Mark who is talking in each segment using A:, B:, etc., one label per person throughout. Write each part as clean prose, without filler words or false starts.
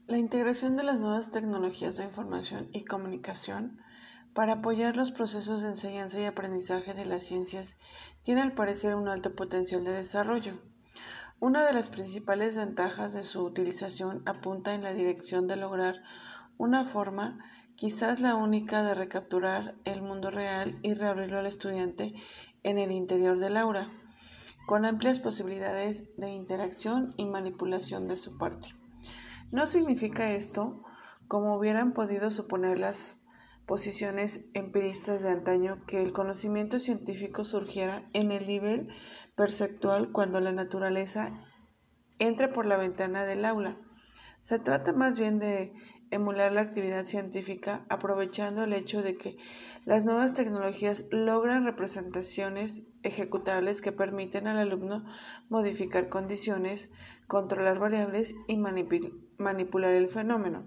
A: La integración de las nuevas tecnologías de información y comunicación para apoyar los procesos de enseñanza y aprendizaje de las ciencias tiene al parecer un alto potencial de desarrollo. Una de las principales ventajas de su utilización apunta en la dirección de lograr una forma, quizás la única, de recapturar el mundo real y reabrirlo al estudiante en el interior del aula, con amplias posibilidades de interacción y manipulación de su parte. No significa esto, como hubieran podido suponer las posiciones empiristas de antaño, que el conocimiento científico surgiera en el nivel perceptual cuando la naturaleza entra por la ventana del aula. Se trata más bien de emular la actividad científica, aprovechando el hecho de que las nuevas tecnologías logran representaciones ejecutables que permiten al alumno modificar condiciones, controlar variables y manipular el fenómeno.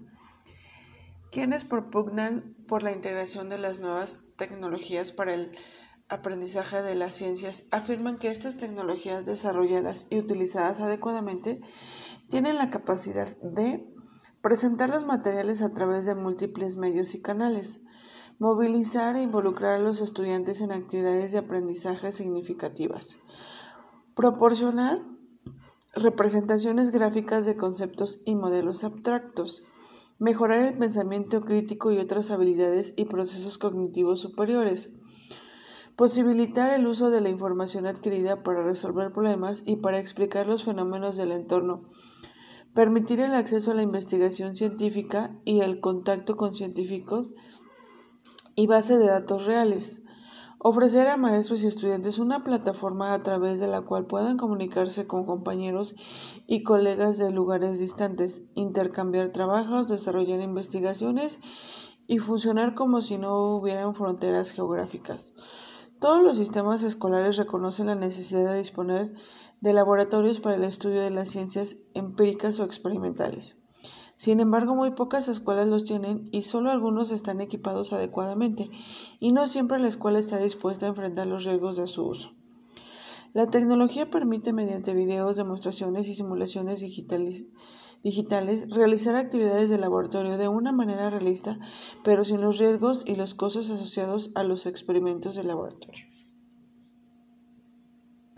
A: Quienes propugnan por la integración de las nuevas tecnologías para el aprendizaje de las ciencias afirman que estas tecnologías desarrolladas y utilizadas adecuadamente tienen la capacidad de presentar los materiales a través de múltiples medios y canales, movilizar e involucrar a los estudiantes en actividades de aprendizaje significativas, proporcionar representaciones gráficas de conceptos y modelos abstractos, mejorar el pensamiento crítico y otras habilidades y procesos cognitivos superiores, posibilitar el uso de la información adquirida para resolver problemas y para explicar los fenómenos del entorno, permitir el acceso a la investigación científica y el contacto con científicos y base de datos reales, ofrecer a maestros y estudiantes una plataforma a través de la cual puedan comunicarse con compañeros y colegas de lugares distantes, intercambiar trabajos, desarrollar investigaciones y funcionar como si no hubieran fronteras geográficas. Todos los sistemas escolares reconocen la necesidad de disponer de laboratorios para el estudio de las ciencias empíricas o experimentales. Sin embargo, muy pocas escuelas los tienen y solo algunos están equipados adecuadamente, y no siempre la escuela está dispuesta a enfrentar los riesgos de su uso. La tecnología permite, mediante videos, demostraciones y simulaciones digitales, realizar actividades de laboratorio de una manera realista, pero sin los riesgos y los costos asociados a los experimentos de laboratorio.